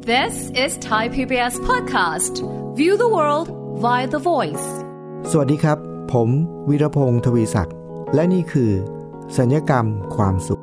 This is Thai PBS podcast. View the world via the voice. สวัสดีครับผมวีรพงศ์ทวีศักดิ์และนี่คือสัญญกรรมความสุข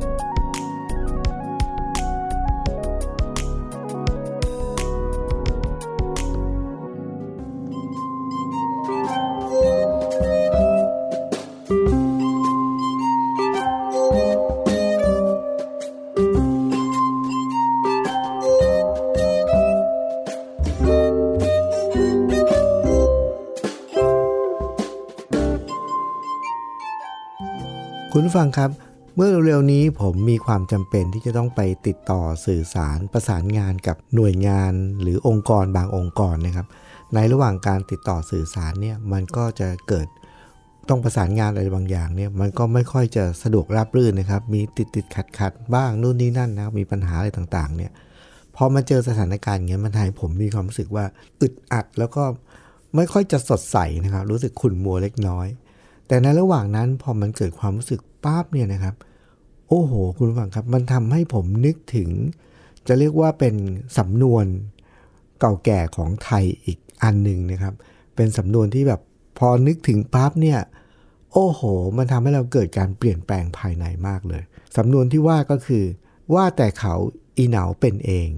คุณผู้ฟังครับเมื่อเร็วๆนี้ผมมีความจำเป็นที่จะต้องไปติดต่อสื่อสารประสานงานกับหน่วยงานหรือองค์กรบางองค์กรนะครับในระหว่างการติดต่อสื่อสารเนี่ยมันก็จะเกิดต้องประสานงานอะไรบางอย่างเนี่ยมันก็ไม่ค่อยจะสะดวกราบรื่นนะครับมีติดขัดบ้างนู่นนี่นั่นนะมีปัญหาอะไรต่างๆเนี่ยพอมาเจอสถานการณ์อย่างเงี้ยมันทำให้ผมมีความรู้สึกว่าอึดอัดแล้วก็ไม่ค่อยจะสดใสนะครับรู้สึกขุ่นมัวเล็กน้อยแต่ในระหว่างนั้นพอมันเกิดความรู้สึกปั๊บเนี่ยนะครับโอ้โหคุณผู้ฟังครับมันทำให้ผมนึกถึงจะเรียกว่าเป็นสำนวนเก่าแก่ของไทยอีกอันหนึ่งนะครับเป็นสำนวนที่แบบพอนึกถึงปั๊บเนี่ยโอ้โหมันทำให้เราเกิดการเปลี่ยนแปลงภายในมากเลยสำนวนที่ว่าก็คือว่าแต่เขาอีเหนาเป็นเอง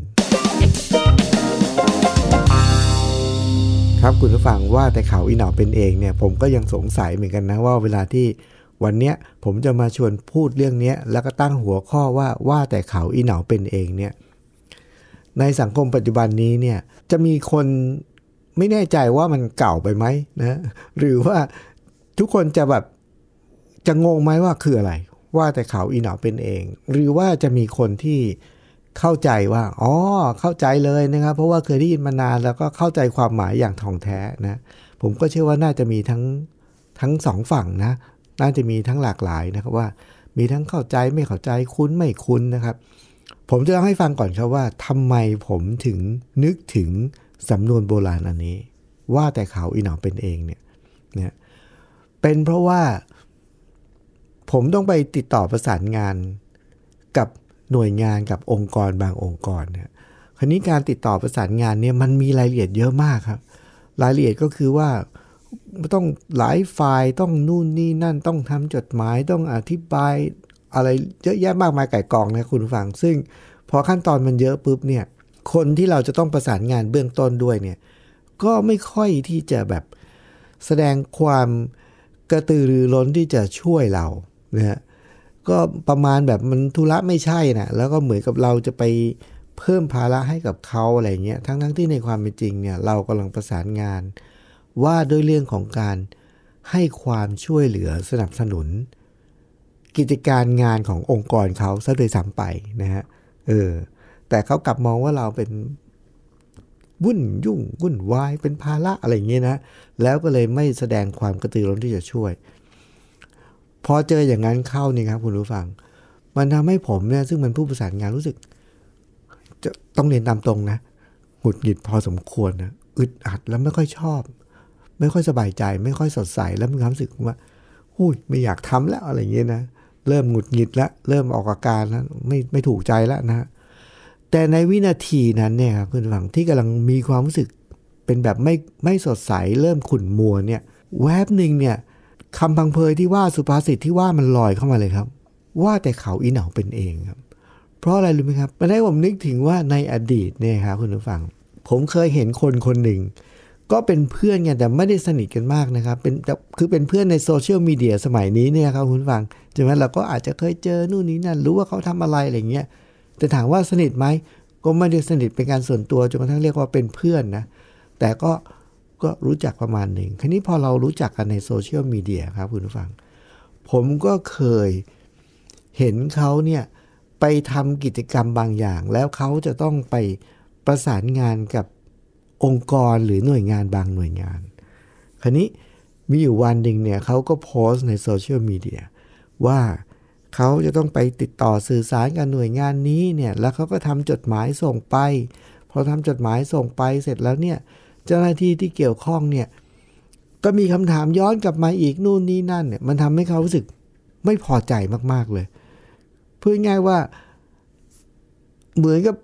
ครับคุณผู้ฟังว่าแต่เขาอีเหนาเป็นเองเนี่ยผมก็ยังสงสัยเหมือนกันนะว่าเวลาที่วันเนี้ยผมจะมาชวนพูดเรื่องนี้แล้วก็ตั้งหัวข้อว่าแต่เขาอีเหนาเป็นเองเนี่ยในสังคมปัจจุบันนี้เนี่ยจะมีคนไม่แน่ใจว่ามันเก่าไปไหมนะหรือว่าทุกคนจะแบบจะงงไหมว่าคืออะไรว่าแต่เขาอีเหนาเป็นเองหรือว่าจะมีคนที่เข้าใจว่าอ๋อเข้าใจเลยนะครับเพราะว่าเคยได้ยินมานานแล้วก็เข้าใจความหมายอย่างท่องแท้นะผมก็เชื่อว่าน่าจะมีทั้งสองฝั่งนะน่าจะมีทั้งหลากหลายนะครับว่ามีทั้งเข้าใจไม่เข้าใจคุ้นไม่คุ้นนะครับผมจะเล่าให้ฟังก่อนครับว่าทำไมผมถึงนึกถึงสำนวนโบราณอันนี้ว่าแต่เขาอีเหนาเป็นเองเนี่ยเป็นเพราะว่าผมต้องไปติดต่อประสานงานกับหน่วยงานกับองค์กรบางองค์กรเนี่ยคราวนี้การติดต่อประสานงานเนี่ยมันมีรายละเอียดเยอะมากครับรายละเอียดก็คือว่าต้องหลายไฟล์ต้องนู่นนี่นั่นต้องทำจดหมายต้องอธิบายอะไรเยอะแยะมากมายไก่กองนะคุณผู้ฟังซึ่งพอขั้นตอนมันเยอะปุ๊บเนี่ยคนที่เราจะต้องประสานงานเบื้องต้นด้วยเนี่ยก็ไม่ค่อยที่จะแบบแสดงความกระตือรือร้นที่จะช่วยเรานะฮะก็ประมาณแบบมันธุระไม่ใช่นะแล้วก็เหมือนกับเราจะไปเพิ่มภาระให้กับเขาอะไรเงี้ยทั้งที่ในความเป็นจริงเนี่ยเรากำลังประสานงานว่าด้วยเรื่องของการให้ความช่วยเหลือสนับสนุนกิจการงานขององค์กรเขาซะโดยซ้ำไปนะฮะแต่เขากลับมองว่าเราเป็นวุ่นยุ่งวุ่นวายเป็นภาระอะไรอย่างเงี้ยนะแล้วก็เลยไม่แสดงความกระตือรือร้นที่จะช่วยพอเจออย่างนั้นเข้านี่ครับคุณผู้ฟังมันทำให้ผมเนี่ยซึ่งเป็นผู้ประสานงานรู้สึกจะต้องเรียนตามตรงนะหงุดหงิดพอสมควรนะอึดอัดแล้วไม่ค่อยชอบไม่ค่อยสบายใจไม่ค่อยสดใสแล้วมีความรู้สึกว่าไม่อยากทำแล้วอะไรอย่างเงี้ยนะเริ่มหงุดหงิดแล้วเริ่มออกอาการแล้วไม่ถูกใจแล้วนะแต่ในวินาทีนั้นเนี่ยครับคุณผู้ฟังที่กำลังมีความรู้สึกเป็นแบบไม่สดใสเริ่มขุ่นมัวเนี่ยแวบนึงเนี่ยคำพังเพยที่ว่าสุภาษิตที่ว่ามันลอยเข้ามาเลยครับว่าแต่เขาอีเหนาเป็นเองครับเพราะอะไรรู้ไหมครับมันให้ผมนึกถึงว่าในอดีตเนี่ยครับคุณผู้ฟังผมเคยเห็นคนหนึ่งก็เป็นเพื่อนกันแต่ไม่ได้สนิทกันมากนะครับคือเป็นเพื่อนในโซเชียลมีเดียสมัยนี้เนี่ยครับคุณผู้ฟังใช่ไหมเราก็อาจจะเคยเจอนู่นนี่นั่นรู้ว่าเขาทำอะไรอะไรเงี้ยแต่ถามว่าสนิทไหมก็ไม่ได้สนิทเป็นการส่วนตัวจนกระทั่งเรียกว่าเป็นเพื่อนนะแต่ก็รู้จักประมาณหนึ่งคราวนี้พอเรารู้จักกันในโซเชียลมีเดียครับคุณผู้ฟังผมก็เคยเห็นเขาเนี่ยไปทำกิจกรรมบางอย่างแล้วเขาจะต้องไปประสานงานกับองค์กรหรือหน่วยงานบางหน่วยงานคราวนี้มีอยู่วันหนึ่งเนี่ยเขาก็โพสต์ในโซเชียลมีเดียว่าเขาจะต้องไปติดต่อสื่อสารกับหน่วยงานนี้เนี่ยแล้วเขาก็ทำจดหมายส่งไปพอทำจดหมายส่งไปเสร็จแล้วเนี่ยเจ้าหน้าที่ที่เกี่ยวข้องเนี่ยก็มีคำถามย้อนกลับมาอีกนู่นนี่นั่นเนี่ยมันทำให้เขารู้สึกไม่พอใจมากๆเลยพูดง่ายว่าเหมือนกับ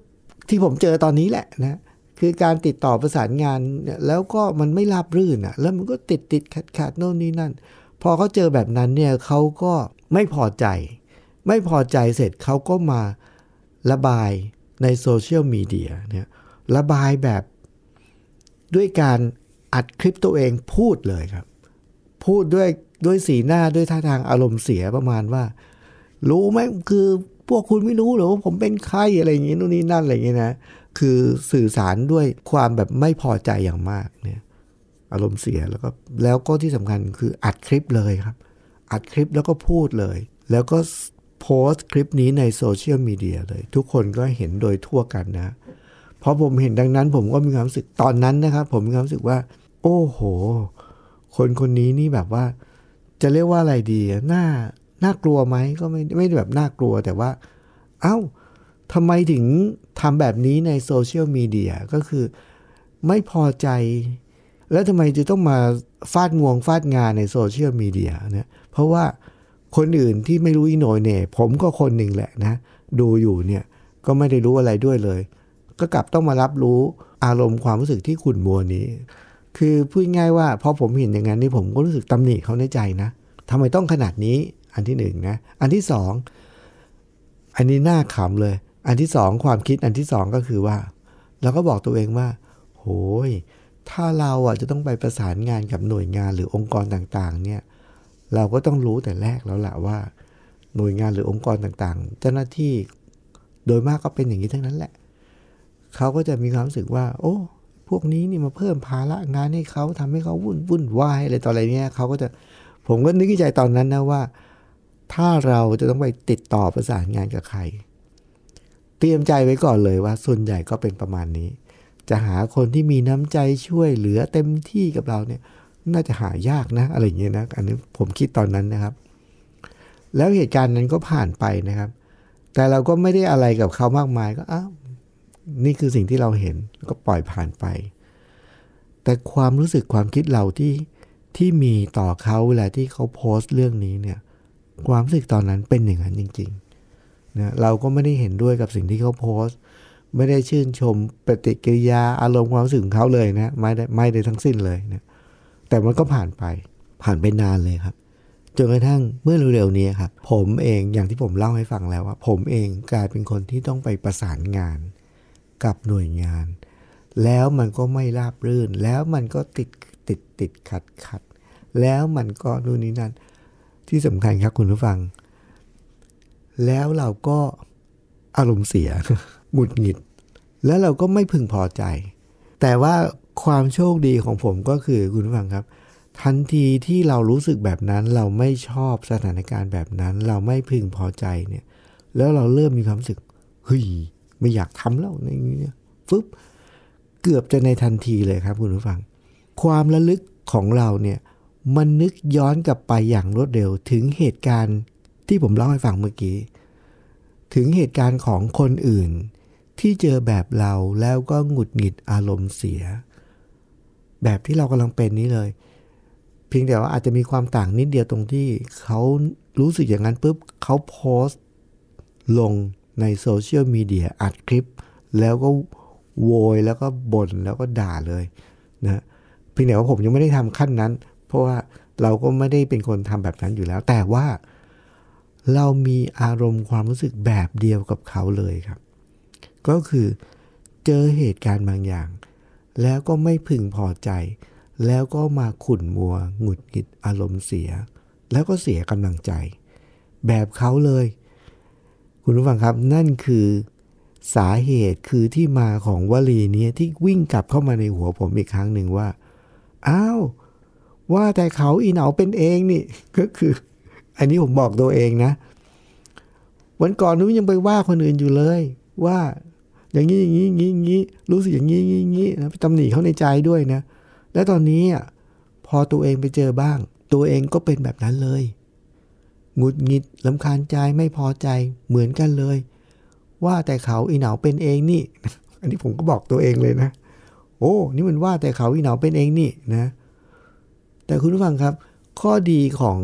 ที่ผมเจอตอนนี้แหละนะคือการติดต่อประสานงานแล้วก็มันไม่ราบรื่นอ่ะแล้วมันก็ติดขัดโน่นนี่นั่นพอเขาเจอแบบนั้นเนี่ยเขาก็ไม่พอใจเสร็จเขาก็มาระบายในโซเชียลมีเดียเนี่ยระบายแบบด้วยการอัดคลิปตัวเองพูดเลยครับพูดด้วยสีหน้าด้วยท่าทางอารมณ์เสียประมาณว่ารู้ไหมคือพวกคุณไม่รู้หรอว่าผมเป็นใครอะไรอย่างงี้นู่นนี่นั่นอะไรอย่างเงี้ยนะคือสื่อสารด้วยความแบบไม่พอใจอย่างมากเนี่ยอารมณ์เสียแล้วก็ที่สำคัญคืออัดคลิปเลยครับอัดคลิปแล้วก็พูดเลยแล้วก็โพสต์คลิปนี้ในโซเชียลมีเดียเลยทุกคนก็เห็นโดยทั่วกันนะพอผมเห็นดังนั้นผมก็มีความรู้สึกตอนนั้นนะครับผมมีความรู้สึกว่าโอ้โหคนนี้นี่แบบว่าจะเรียกว่าอะไรดีน่ากลัวไหมก็ไม่ได้แบบน่ากลัวแต่ว่าเอ้าทำไมถึงทำแบบนี้ในโซเชียลมีเดียก็คือไม่พอใจแล้วทำไมจะต้องมาฟาดงานในโซเชียลมีเดียนะเพราะว่าคนอื่นที่ไม่รู้อีโหน่เนี่ยผมก็คนหนึ่งแหละนะดูอยู่เนี่ยก็ไม่ได้รู้อะไรด้วยเลยก็กลับต้องมารับรู้อารมณ์ความรู้สึกที่ขุ่นมัวนี้คือพูดง่ายว่าพอผมเห็นอย่างนั้นนี่ผมก็รู้สึกตำหนิเขาในใจนะทำไมต้องขนาดนี้อันที่หนึ่งนะอันที่สองอันนี้น่าขำเลยอันที่สองความคิดอันที่สองก็คือว่าเราก็บอกตัวเองว่าโหยถ้าเราจะต้องไปประสานงานกับหน่วยงานหรือองค์กรต่างๆเนี่ยเราก็ต้องรู้แต่แรกแล้วล่ะว่าหน่วยงานหรือองค์กรต่างๆเจ้าหน้าที่โดยมากก็เป็นอย่างนี้ทั้งนั้นแหละเขาก็จะมีความรู้สึกว่าโอ้พวกนี้นี่มาเพิ่มภาระงานให้เขาทำให้เขาวุ่นวายอะไรต่ออะไรเนี่ยเขาก็จะผมก็นึกในใจตอนนั้นนะว่าถ้าเราจะต้องไปติดต่อประสานงานกับใครเตรียมใจไว้ก่อนเลยว่าส่วนใหญ่ก็เป็นประมาณนี้จะหาคนที่มีน้ำใจช่วยเหลือเต็มที่กับเราเนี่ยน่าจะหายากนะอะไรอย่างเงี้ยนะอันนี้ผมคิดตอนนั้นนะครับแล้วเหตุการณ์นั้นก็ผ่านไปนะครับแต่เราก็ไม่ได้อะไรกับเขามากมายก็อ้าวนี่คือสิ่งที่เราเห็นก็ปล่อยผ่านไปแต่ความรู้สึกความคิดเราที่มีต่อเขาเวลาที่เขาโพสต์เรื่องนี้เนี่ยความรู้สึกตอนนั้นเป็นอย่างนั้นจริงๆนะเราก็ไม่ได้เห็นด้วยกับสิ่งที่เขาโพสต์ไม่ได้ชื่นชมปฏิกิริยาอารมณ์ความรู้สึกของเขาเลยนะไม่ได้ทั้งสิ้นเลยนะแต่มันก็ผ่านไปนานเลยครับจนกระทั่งเมื่อเร็วๆนี้ครับผมเองอย่างที่ผมเล่าให้ฟังแล้วว่าผมเองกลายเป็นคนที่ต้องไปประสานงานกับหน่วยงานแล้วมันก็ไม่ราบรื่นแล้วมันก็ติดขัดแล้วมันก็นู่นนี่นั่นที่สำคัญครับคุณผู้ฟังแล้วเราก็อารมณ์เสีย หงุดหงิดแล้วเราก็ไม่พึงพอใจแต่ว่าความโชคดีของผมก็คือคุณผู้ฟังครับทันทีที่เรารู้สึกแบบนั้นเราไม่ชอบสถานการณ์แบบนั้นเราไม่พึงพอใจเนี่ยแล้วเราเริ่มมีความรู้สึกเฮ้ยไม่อยากทำแล้วอย่างนี้เนี่ยเกือบจะในทันทีเลยครับคุณผู้ฟังความระลึกของเราเนี่ยมันนึกย้อนกลับไปอย่างรวดเร็วถึงเหตุการณ์ที่ผมเล่าให้ฟังเมื่อกี้ถึงเหตุการณ์ของคนอื่นที่เจอแบบเราแล้วก็หงุดหงิดอารมณ์เสียแบบที่เรากำลังเป็นนี้เลยเพียงแต่ว่าอาจจะมีความต่างนิดเดียวตรงที่เขารู้สึกอย่างนั้นปุ๊บเขาโพสต์ลงในโซเชียลมีเดียอัดคลิปแล้วก็โวยแล้วก็บ่นแล้วก็ด่าเลยนะเพียงแต่ว่าผมยังไม่ได้ทำขั้นนั้นเพราะว่าเราก็ไม่ได้เป็นคนทำแบบนั้นอยู่แล้วแต่ว่าเรามีอารมณ์ความรู้สึกแบบเดียวกับเขาเลยครับก็คือเจอเหตุการณ์บางอย่างแล้วก็ไม่พึงพอใจแล้วก็มาขุ่นมัวหงุดหงิดอารมณ์เสียแล้วก็เสียกำลังใจแบบเขาเลยคุณผู้ฟังครับนั่นคือสาเหตุคือที่มาของวลีนี้ที่วิ่งกลับเข้ามาในหัวผมอีกครั้งหนึ่งว่าอ้าวว่าแต่เขาอีเหนาเป็นเองนี่ก็คืออันนี้ผมบอกตัวเองนะวันก่อนนู้นยังไปว่าคนอื่นอยู่เลยว่าอย่างนี้รู้สึกอย่างนี้นะไปตำหนิเขาในใจด้วยนะแล้วตอนนี้พอตัวเองไปเจอบ้างตัวเองก็เป็นแบบนั้นเลยหงุดหงิดรำคาญใจไม่พอใจเหมือนกันเลยว่าแต่เขาอีเหนาเป็นเองนี่ อันนี้ผมก็บอกตัวเองเลยนะโอ้นี่มันว่าแต่เขาอีเหนาเป็นเองนี่นะแต่คุณผู้ฟังครับข้อดีของ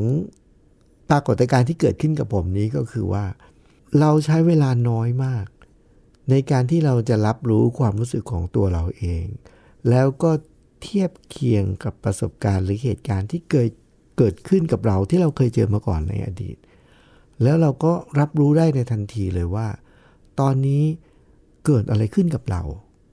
ปรากฏการณ์ที่เกิดขึ้นกับผมนี้ก็คือว่าเราใช้เวลาน้อยมากในการที่เราจะรับรู้ความรู้สึกของตัวเราเองแล้วก็เทียบเคียงกับประสบการณ์หรือเหตุการณ์ที่เกิดขึ้นกับเราที่เราเคยเจอมาก่อนในอดีตแล้วเราก็รับรู้ได้ในทันทีเลยว่าตอนนี้เกิดอะไรขึ้นกับเรา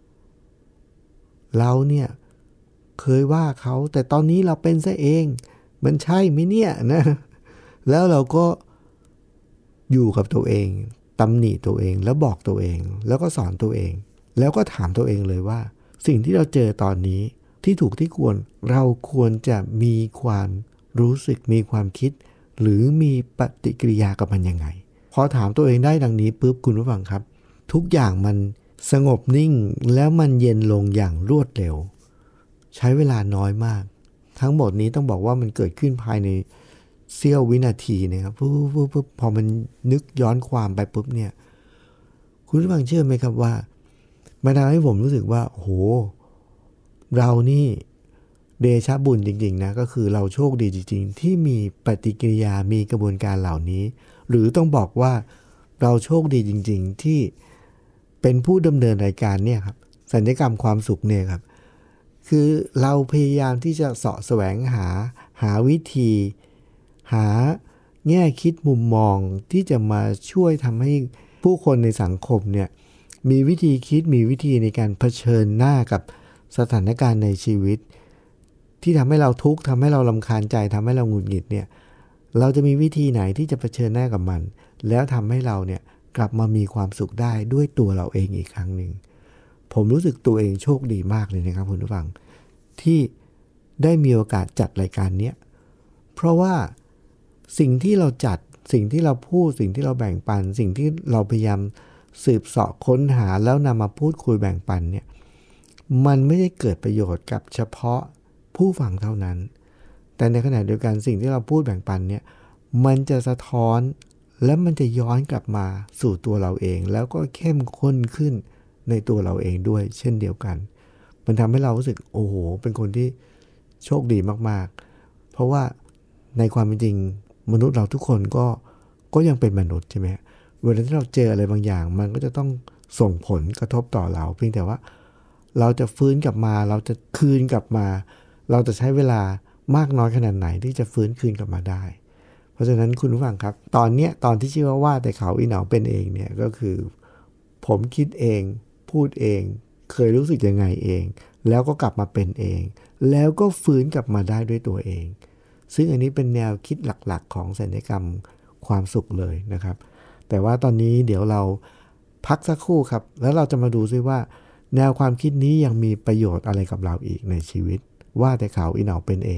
เนี่ยเคยว่าเขาแต่ตอนนี้เราเป็นซะเองมันใช่ไหมเนี่ยนะแล้วเราก็อยู่กับตัวเองตำหนิตัวเองแล้วบอกตัวเองแล้วก็สอนตัวเองแล้วก็ถามตัวเองเลยว่าสิ่งที่เราเจอตอนนี้ที่ถูกที่ควรเราควรจะมีความรู้สึกมีความคิดหรือมีปฏิกิริยากับมันยังไงพอถามตัวเองได้ดังนี้ปุ๊บคุณผู้ฟังครับทุกอย่างมันสงบนิ่งแล้วมันเย็นลงอย่างรวดเร็วใช้เวลาน้อยมากทั้งหมดนี้ต้องบอกว่ามันเกิดขึ้นภายในเสี้ยววินาทีนะครับปุ๊บพอมันนึกย้อนความไปปุ๊บเนี่ยคุณผู้ฟังเชื่อไหมครับว่ามันทำให้ผมรู้สึกว่าโหเรานี่เดชะบุญจริงๆนะก็คือเราโชคดีจริงๆที่มีปฏิกิริยามีกระบวนการเหล่านี้หรือต้องบอกว่าเราโชคดีจริงๆที่เป็นผู้ดำเนินรายการเนี่ยครับสัญญกรรมความสุขเนี่ยครับคือเราพยายามที่จะเสาะแสวงหาวิธีหาแง่คิดมุมมองที่จะมาช่วยทำให้ผู้คนในสังคมเนี่ยมีวิธีคิดมีวิธีในการเผชิญหน้ากับสถานการณ์ในชีวิตที่ทำให้เราทุกข์ทำให้เรารำคาญใจทำให้เราหงุดหงิดเนี่ยเราจะมีวิธีไหนที่จะเผชิญหน้ากับมันแล้วทำให้เราเนี่ยกลับมามีความสุขได้ด้วยตัวเราเองอีกครั้งหนึ่งผมรู้สึกตัวเองโชคดีมากเลยนะครับคุณผู้ฟังที่ได้มีโอกาสจัดรายการนี้เพราะว่าสิ่งที่เราจัดสิ่งที่เราพูดสิ่งที่เราแบ่งปันสิ่งที่เราพยายามสืบเสาะค้นหาแล้วนำมาพูดคุยแบ่งปันเนี่ยมันไม่ได้เกิดประโยชน์กับเฉพาะผู้ฟังเท่านั้นแต่ในขณะเดียวกันสิ่งที่เราพูดแบ่งปันเนี่ยมันจะสะท้อนและมันจะย้อนกลับมาสู่ตัวเราเองแล้วก็เข้มข้นขึ้นในตัวเราเองด้วยเช่นเดียวกันมันทำให้เรารู้สึกโอ้โหเป็นคนที่โชคดีมากๆเพราะว่าในความเป็นจริงมนุษย์เราทุกคนก็ยังเป็นมนุษย์ใช่ไหมเวลาที่เราเจออะไรบางอย่างมันก็จะต้องส่งผลกระทบต่อเราเพียงแต่ว่าเราจะฟื้นกลับมาเราจะคืนกลับมาเราจะใช้เวลามากน้อยขนาดไหนที่จะฟื้นคืนกลับมาได้เพราะฉะนั้นคุณผู้ฟังครับตอนที่ชื่อว่าแต่เขาอีเหนาเป็นเองเนี่ยก็คือผมคิดเองพูดเองเคยรู้สึกยังไงเองแล้วก็กลับมาเป็นเองแล้วก็ฟื้นกลับมาได้ด้วยตัวเองซึ่งอันนี้เป็นแนวคิดหลักๆของสัญญกรรมความสุขเลยนะครับแต่ว่าตอนนี้เดี๋ยวเราพักสักครู่ครับแล้วเราจะมาดูซิว่าแนวความคิดนี้ยังมีประโยชน์อะไรกับเราอีกในชีวิตว่าแต่เขาอีเหนาเป็นเอง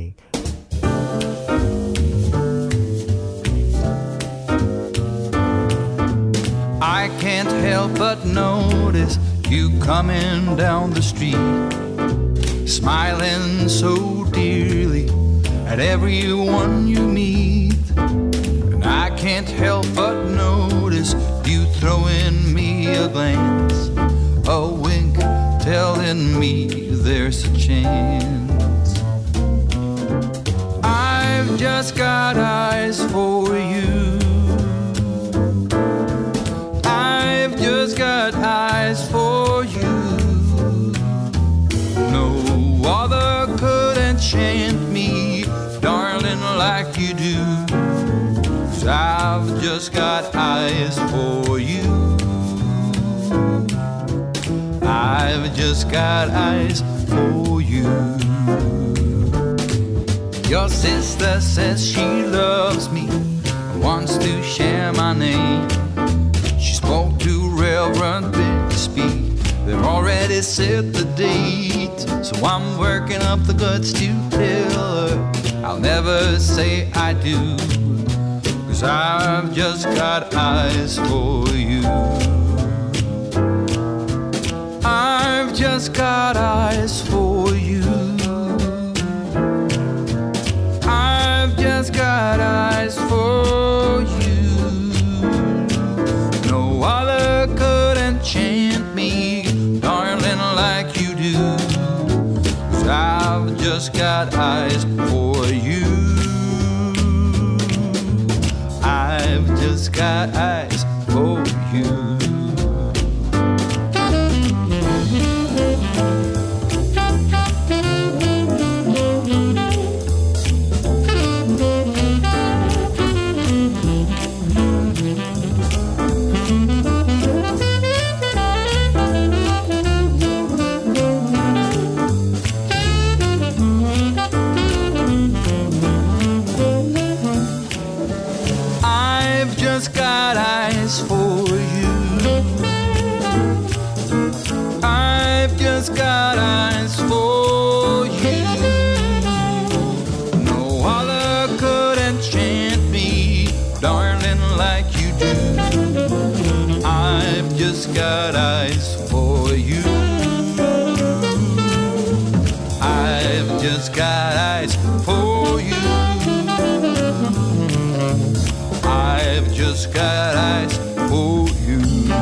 I can't help but notice you coming down the street, smiling so dearly at everyone you meet. And I can't help but notice you throwing me a glance, a wink telling me there's a chance. I've just got eyes for you.I've just got eyes for you. No other could enchant me, darling, like you do. 'Cause I've just got eyes for you. I've just got eyes for you. Your sister says she loves me, wants to share my name.She spoke to Reverend Bixby. They've already set the date, so I'm working up the guts to tell her I'll never say I do, 'cause I've just got eyes for you. I've just got eyes for you. I've just got eyes for you.Other could enchant me, darling, like you do. 'Cause I've just got eyes for you. I've just got eyes for you. just got eyes for you. No other could enchant me, darling, like you do. I've just got eyes for you. I've just got eyes for you. I've just got eyes for you.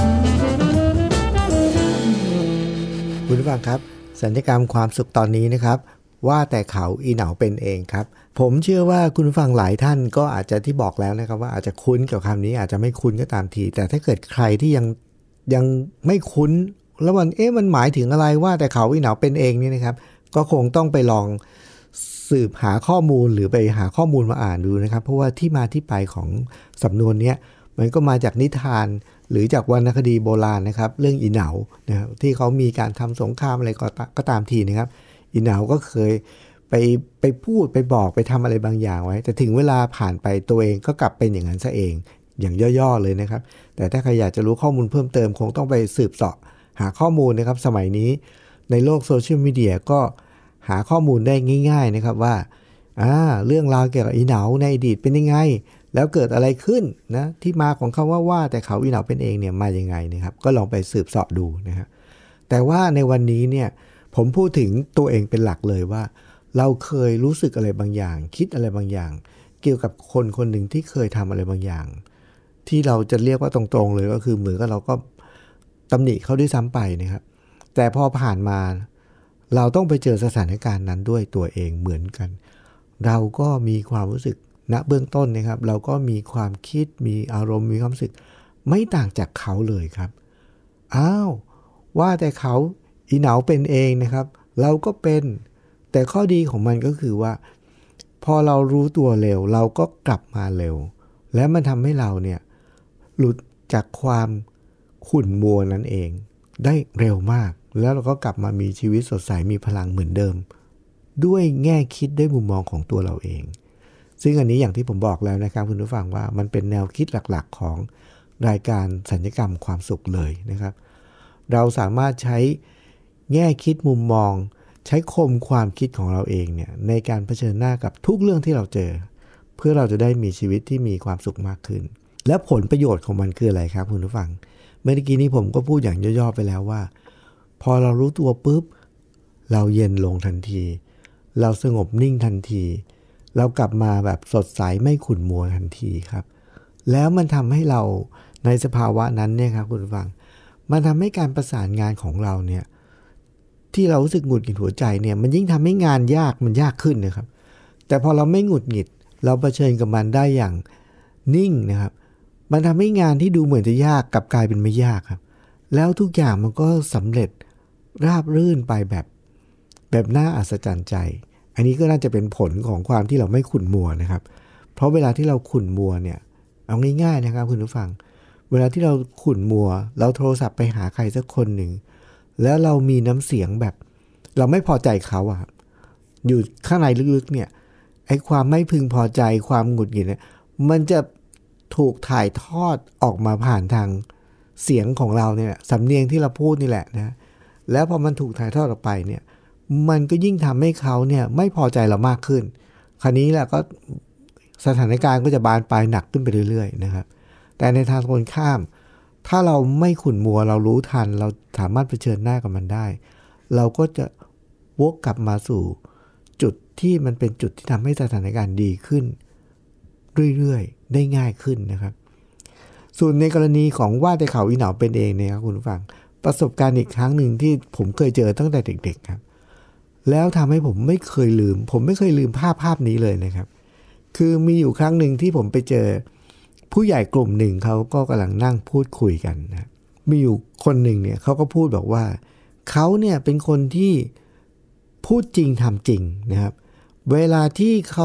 คุณผู้ฟังครับสัญญกรรมความสุขตอนนี้นะครับว่าแต่เขาอีเหนาเป็นเองครับผมเชื่อว่าคุณผู้ฟังหลายท่านก็อาจจะที่บอกแล้วนะครับว่าอาจจะคุ้นกับคำนี้อาจจะไม่คุ้นก็ตามทีแต่ถ้าเกิดใครที่ยังไม่คุ้นแล้วมันหมายถึงอะไรว่าแต่เขาอีเหนาเป็นเองนี่นะครับก็คงต้องไปลองสืบหาข้อมูลหรือไปหาข้อมูลมาอ่านดูนะครับเพราะว่าที่มาที่ไปของสำนวนนี้มันก็มาจากนิทานหรือจากวรรณคดีโบราณนะครับเรื่องอีเหนานะครับที่เขามีการทำสงครามอะไรก็ตามทีนะครับอีเหนาก็เคยไปพูดไปบอกไปทำอะไรบางอย่างไว้แต่ถึงเวลาผ่านไปตัวเองก็กลับเป็นอย่างนั้นซะเองอย่างย่อๆเลยนะครับแต่ถ้าใครอยากจะรู้ข้อมูลเพิ่มเติมคงต้องไปสืบเสาะหาข้อมูลนะครับสมัยนี้ในโลกโซเชียลมีเดียก็หาข้อมูลได้ง่ายๆนะครับว่าเรื่องราวเกี่ยวกับอีเหนาในอดีตเป็นยังไงแล้วเกิดอะไรขึ้นนะที่มาของคำว่าแต่เขาอีเหนาเป็นเองเนี่ยมายังไงนะครับก็ลองไปสืบเสาะดูนะครับแต่ว่าในวันนี้เนี่ยผมพูดถึงตัวเองเป็นหลักเลยว่าเราเคยรู้สึกอะไรบางอย่างคิดอะไรบางอย่างเกี่ยวกับคนคนหนึ่งที่เคยทำอะไรบางอย่างที่เราจะเรียกว่าตรงๆเลยก็คือเหมือนกับเราก็ตำหนิเขาด้วยซ้ำไปนะครับแต่พอผ่านมาเราต้องไปเจอสถานการณ์นั้นด้วยตัวเองเหมือนกันเราก็มีความรู้สึกณเบื้องต้นนะครับเราก็มีความคิดมีอารมณ์มีความรู้สึกไม่ต่างจากเขาเลยครับว่าแต่เขาอีเหนาเป็นเองนะครับเราก็เป็นแต่ข้อดีของมันก็คือว่าพอเรารู้ตัวเร็วเราก็กลับมาเร็วและมันทำให้เราเนี่ยหลุดจากความขุ่นมัวนั่นเองได้เร็วมากแล้วเราก็กลับมามีชีวิตสดใสมีพลังเหมือนเดิมด้วยแง่คิดด้วยมุมมองของตัวเราเองซึ่งอันนี้อย่างที่ผมบอกแล้วนะครับคุณผู้ฟังว่ามันเป็นแนวคิดหลักๆของรายการสัญญกรรมความสุขเลยนะครับเราสามารถใช้แง่คิดมุมมองใช้คมความคิดของเราเองเนี่ยในการเผชิญหน้ากับทุกเรื่องที่เราเจอเพื่อเราจะได้มีชีวิตที่มีความสุขมากขึ้นและผลประโยชน์ของมันคืออะไรครับคุณผู้ฟังเมื่อกี้นี้ผมก็พูดอย่างย่อๆไปแล้วว่าพอเรารู้ตัวปุ๊บเราเย็นลงทันทีเราสงบนิ่งทันทีเรากลับมาแบบสดใสไม่ขุ่นมัวทันทีครับแล้วมันทำให้เราในสภาวะนั้นเนี่ยครับคุณผู้ฟังมันทำให้การประสานงานของเราเนี่ยที่เรารู้สึกหงุดหงิดหัวใจเนี่ยมันยิ่งทำให้งานมันยากขึ้นนะครับแต่พอเราไม่หงุดหงิดเราเผชิญกับมันได้อย่างนิ่งนะครับมันทำให้งานที่ดูเหมือนจะยากกลับกลายเป็นไม่ยากครับแล้วทุกอย่างมันก็สำเร็จราบรื่นไปแบบน่าอัศจรรย์ใจอันนี้ก็น่าจะเป็นผลของความที่เราไม่ขุ่นมัวนะครับเพราะเวลาที่เราขุ่นมัวเนี่ยเอาง่ายๆนะครับคุณผู้ฟังเวลาที่เราขุ่นมัวเราโทรศัพท์ไปหาใครสักคนหนึ่งแล้วเรามีน้ำเสียงแบบเราไม่พอใจเขาอะอยู่ข้างในลึกๆเนี่ยไอ้ความไม่พึงพอใจความหงุดหงิดเนี่ยมันจะถูกถ่ายทอดออกมาผ่านทางเสียงของเราเนี่ยสำเนียงที่เราพูดนี่แหละนะแล้วพอมันถูกถ่ายทอดออกไปเนี่ยมันก็ยิ่งทำให้เขาเนี่ยไม่พอใจเรามากขึ้นคราวนี้แหละก็สถานการณ์ก็จะบานปลายหนักขึ้นไปเรื่อยๆนะครับแต่ในทางตรงข้ามถ้าเราไม่ขุ่นมัวเรารู้ทันเราสามารถเผชิญหน้ากับมันได้เราก็จะวกกลับมาสู่จุดที่มันเป็นจุดที่ทำให้สถานการณ์ดีขึ้นเรื่อยๆได้ง่ายขึ้นนะครับส่วนในกรณีของว่าแต่เขาอีเหนาเป็นเองเนี่ยครับคุณผู้ฟังประสบการณ์อีกครั้งหนึ่งที่ผมเคยเจอตั้งแต่เด็กๆครับแล้วทำให้ผมไม่เคยลืมภาพนี้เลยนะครับคือมีอยู่ครั้งหนึ่งที่ผมไปเจอผู้ใหญ่กลุ่มหนึ่งเขาก็กำลังนั่งพูดคุยกันนะมีอยู่คนหนึ่งเนี่ยเขาก็พูดบอกว่าเขาเนี่ยเป็นคนที่พูดจริงทำจริงนะครับเวลาที่เขา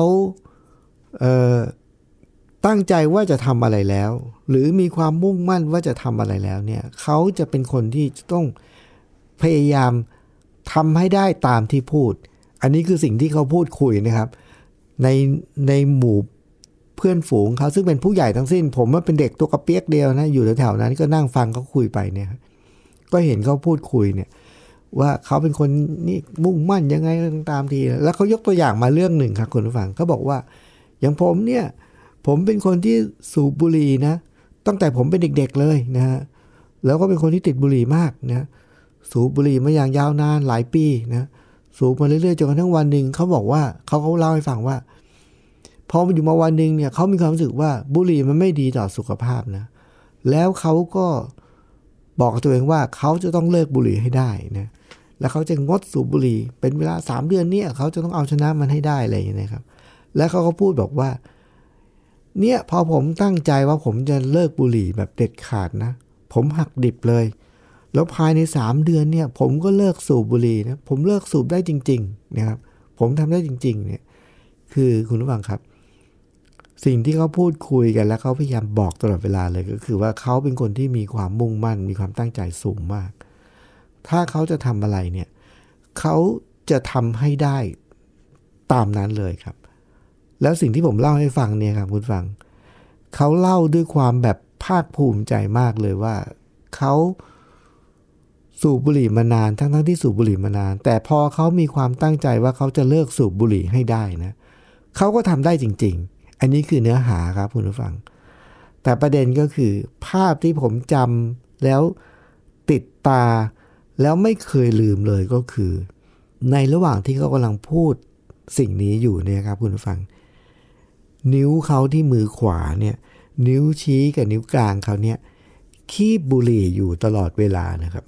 ตั้งใจว่าจะทำอะไรแล้วหรือมีความมุ่งมั่นว่าจะทำอะไรแล้วเนี่ยเขาจะเป็นคนที่ต้องพยายามทำให้ได้ตามที่พูดอันนี้คือสิ่งที่เขาพูดคุยนะครับในหมู่เพื่อนฝูงเขาซึ่งเป็นผู้ใหญ่ทั้งสิ้นผมว่าเป็นเด็กตัวกระเปียกเดียวนะอยู่แถวๆนั้นก็นั่งฟังเขาคุยไปเนี่ยก็เห็นเขาพูดคุยเนี่ยว่าเขาเป็นคนนี่มุ่งมั่นยังไงตามทีแล้วเขายกตัวอย่างมาเรื่องหนึ่งครับคุณผู้ฟังเขาบอกว่าอย่างผมเนี่ยผมเป็นคนที่สูบบุหรี่นะตั้งแต่ผมเป็นเด็กๆเลยนะฮะแล้วก็เป็นคนที่ติดบุหรี่มากนะสูบบุหรี่มาอย่างยาวนานหลายปีนะสูบมาเรื่อยๆจนกระทั่งวันหนึ่งเขาบอกว่าเขาเล่าให้ฟังว่าพอมาอยู่มาวันหนึ่งเนี่ยเขามีความรู้สึกว่าบุหรี่มันไม่ดีต่อสุขภาพนะแล้วเขาก็บอกกับตัวเองว่าเขาจะต้องเลิกบุหรี่ให้ได้นะแล้วเขาจะงดสูบบุหรี่เป็นเวลา3 เดือนเนี่ยเขาจะต้องเอาชนะมันให้ได้อะไรอย่างนี้นะครับแล้วเขาก็พูดบอกว่าเนี่ยพอผมตั้งใจว่าผมจะเลิกบุหรี่แบบเด็ดขาดนะผมหักดิบเลยแล้วภายใน3 เดือนเนี่ยผมก็เลิกสูบบุหรี่นะผมเลิกสูบได้จริงๆนะครับผมทำได้จริงๆเนี่ยคือคุณผู้ฟังครับสิ่งที่เขาพูดคุยกันแล้วเขาพยายามบอกตลอดเวลาเลยก็คือว่าเขาเป็นคนที่มีความมุ่งมั่นมีความตั้งใจสูงมากถ้าเขาจะทำอะไรเนี่ยเขาจะทำให้ได้ตามนั้นเลยครับแล้วสิ่งที่ผมเล่าให้ฟังเนี่ยครับคุณฟังเขาเล่าด้วยความแบบภาคภูมิใจมากเลยว่าเขาสูบบุหรี่มานานทั้งที่สูบบุหรี่มานานแต่พอเขามีความตั้งใจว่าเขาจะเลิกสูบบุหรี่ให้ได้นะเขาก็ทำได้จริงๆอันนี้คือเนื้อหาครับคุณผู้ฟังแต่ประเด็นก็คือภาพที่ผมจำแล้วติดตาแล้วไม่เคยลืมเลยก็คือในระหว่างที่เขากำลังพูดสิ่งนี้อยู่เนี่ยครับคุณผู้ฟังนิ้วเขาที่มือขวาเนี่ยนิ้วชี้กับนิ้วกลางเขาเนี่ยคีบบุหรี่อยู่ตลอดเวลานะครับ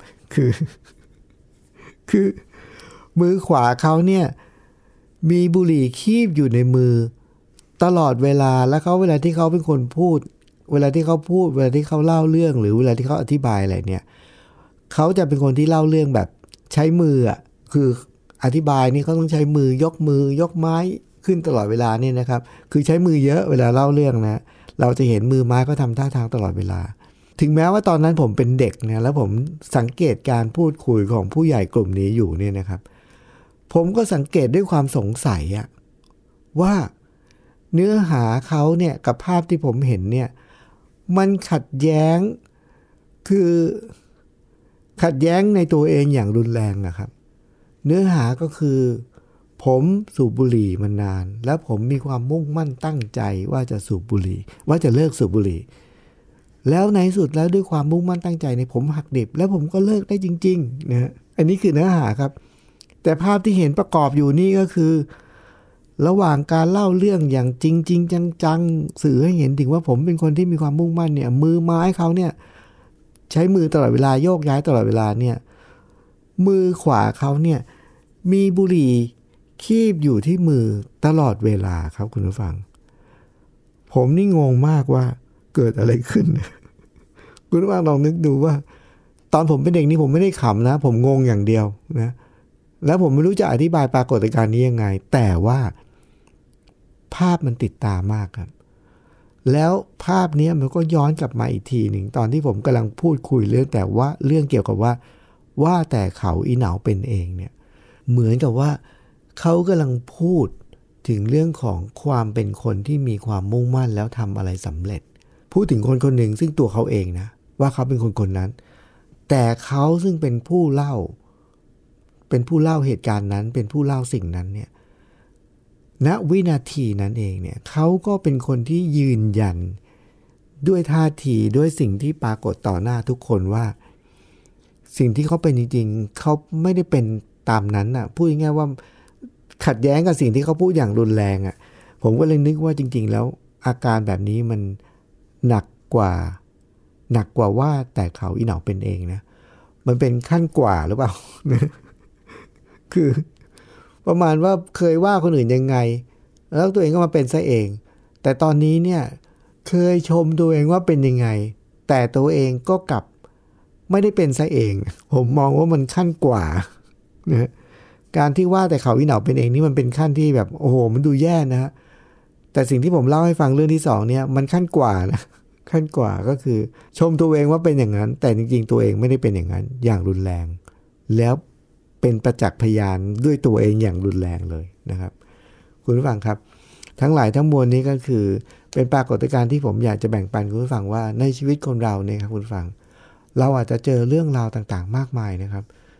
คือมือขวาเขาเนี่ยมีบุหรี่คีบอยู่ในมือตลอดเวลาแล้วเขาเวลาที่เขาเป็นคนพูดเวลาที่เขาพูดเวลาที่เขาเล่าเรื่องหรือเวลาที่เขาอธิบายอะไรเนี่ยเขาจะเป็นคนที่เล่าเรื่องแบบใช้มืออ่ะคืออธิบายนี่เขาต้องใช้มือยกไม้ขึ้นตลอดเวลาเนี่ยนะครับคือใช้มือเยอะเวลาเล่าเรื่องนะเราจะเห็นมือไม้ก็ทำท่าทางตลอดเวลาถึงแม้ว่าตอนนั้นผมเป็นเด็กนะแล้วผมสังเกตการพูดคุยของผู้ใหญ่กลุ่มนี้อยู่เนี่ยนะครับผมก็สังเกตด้วยความสงสัยอะว่าเนื้อหาเขาเนี่ยกับภาพที่ผมเห็นเนี่ยมันขัดแย้งคือขัดแย้งในตัวเองอย่างรุนแรงนะครับเนื้อหาก็คือผมสูบบุหรี่มานานแล้วผมมีความมุ่งมั่นตั้งใจว่าจะสูบบุหรี่ว่าจะเลิกสูบบุหรี่แล้วในสุดแล้วด้วยความมุ่งมั่นตั้งใจในผมหักดิบแล้วผมก็เลิกได้จริงๆนะอันนี้คือเนื้อหาครับแต่ภาพที่เห็นประกอบอยู่นี่ก็คือระหว่างการเล่าเรื่องอย่างจริงๆจังๆสื่อให้เห็นถึงว่าผมเป็นคนที่มีความมุ่งมั่นเนี่ยมือไม้เขาเนี่ยใช้มือตลอดเวลาโยกย้ายตลอดเวลาเนี่ยมือขวาเขาเนี่ยมีบุหรี่คีบอยู่ที่มือตลอดเวลาครับคุณผู้ฟังผมนี่งงมากว่าเกิดอะไรขึ้นคุณผู้ฟังลองนึกดูว่าตอนผมเป็นเด็กนี่ผมไม่ได้ขำนะผมงงอย่างเดียวนะแล้วผมไม่รู้จะอธิบายปรากฏการณ์นี้ยังไงแต่ว่าภาพมันติดตามากครับแล้วภาพนี้มันก็ย้อนกลับมาอีกทีหนึ่งตอนที่ผมกำลังพูดคุยเรื่องเกี่ยวกับว่าแต่เขาอีเหนาเป็นเองเนี่ยเหมือนกับว่าเขากำลังพูดถึงเรื่องของความเป็นคนที่มีความมุ่งมั่นแล้วทำอะไรสำเร็จพูดถึงคนคนหนึ่งซึ่งตัวเขาเองนะว่าเขาเป็นคนนั้นแต่เขาซึ่งเป็นผู้เล่าเหตุการณ์นั้นเป็นผู้เล่าสิ่งนั้นเนี่ยณวินาทีนั้นเองเนี่ยเขาก็เป็นคนที่ยืนยันด้วยท่าทีด้วยสิ่งที่ปรากฏต่อหน้าทุกคนว่าสิ่งที่เขาเป็นจริงๆเขาไม่ได้เป็นตามนั้นน่ะพูดง่ายๆว่าขัดแย้งกับสิ่งที่เขาพูดอย่างรุนแรงอ่ะผมก็เลยนึกว่าจริงๆแล้วอาการแบบนี้มันหนักกว่าว่าแต่เขาอีเหนาเป็นเองนะมันเป็นขั้นกว่าหรือเปล่า คือประมาณว่าเคยว่าคนอื่นยังไงแล้วตัวเองก็มาเป็นซะเองแต่ตอนนี้เนี่ยเคยชมตัวเองว่าเป็นยังไงแต่ตัวเองก็กลับไม่ได้เป็นซะเองผมมองว่ามันขั้นกว่านะการที่ว่าแต่เขาอีเหนาเป็นเองนี่มันเป็นขั้นที่แบบโอ้โหมันดูแย่นะแต่สิ่งที่ผมเล่าให้ฟังเรื่องที่2เนี่ยมันขั้นกว่านะขั้นกว่าก็คือชมตัวเองว่าเป็นอย่างนั้นแต่จริงๆตัวเองไม่ได้เป็นอย่างนั้นอย่างรุนแรงแล้วเป็นประจักษ์พยานด้วยตัวเองอย่างรุนแรงเลยนะครับคุณผู้ฟังครับทั้งหลายทั้งมวลนี้ก็คือเป็นปรากฏการณ์ที่ผมอยากจะแบ่งปันคุณผู้ฟังว่าในชีวิตคนเราเนี่ยครับคุณผู้ฟังเราอาจจะเจอเรื่องราวต่างๆมากมายนะครับ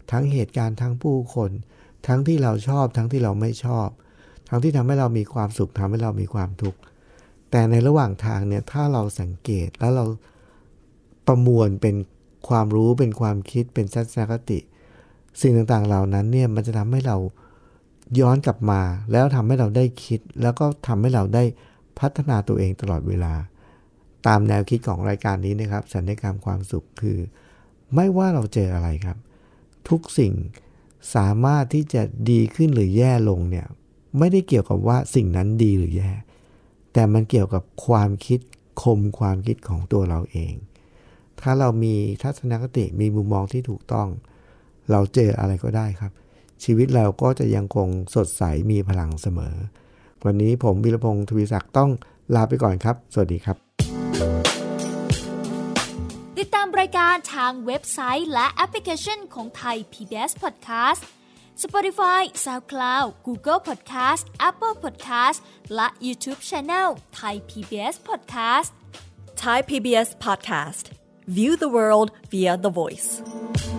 ทั้งเหตุการณ์ทั้งผู้คนทั้งที่เราชอบทั้งที่เราไม่ชอบทั้งที่ทำให้เรามีความสุขทำให้เรามีความทุกข์แต่ในระหว่างทางเนี่ยถ้าเราสังเกตแล้วเราประมวลเป็นความรู้เป็นความคิดเป็นทัศนคติสิ่งต่างๆเหล่านั้นเนี่ยมันจะทำให้เราย้อนกลับมาแล้วทำให้เราได้คิดแล้วก็ทำให้เราได้พัฒนาตัวเองตลอดเวลาตามแนวคิดของรายการนี้นะครับสัญญกรรมความสุขคือไม่ว่าเราเจออะไรครับทุกสิ่งสามารถที่จะดีขึ้นหรือแย่ลงเนี่ยไม่ได้เกี่ยวกับว่าสิ่งนั้นดีหรือแย่แต่มันเกี่ยวกับความคิดความคิดของตัวเราเองถ้าเรามีทัศนคติมีมุมมองที่ถูกต้องเราเจออะไรก็ได้ครับชีวิตเราก็จะยังคงสดใสมีพลังเสมอวันนี้ผมวีรพงศ์ทวีศักดิ์ต้องลาไปก่อนครับสวัสดีครับติดตามรายการทางเว็บไซต์และแอปพลิเคชันของไทย PBS Podcast Spotify SoundCloud Google Podcast Apple Podcast และ YouTube Channel Thai PBS Podcast Thai PBS Podcast View the world via the voice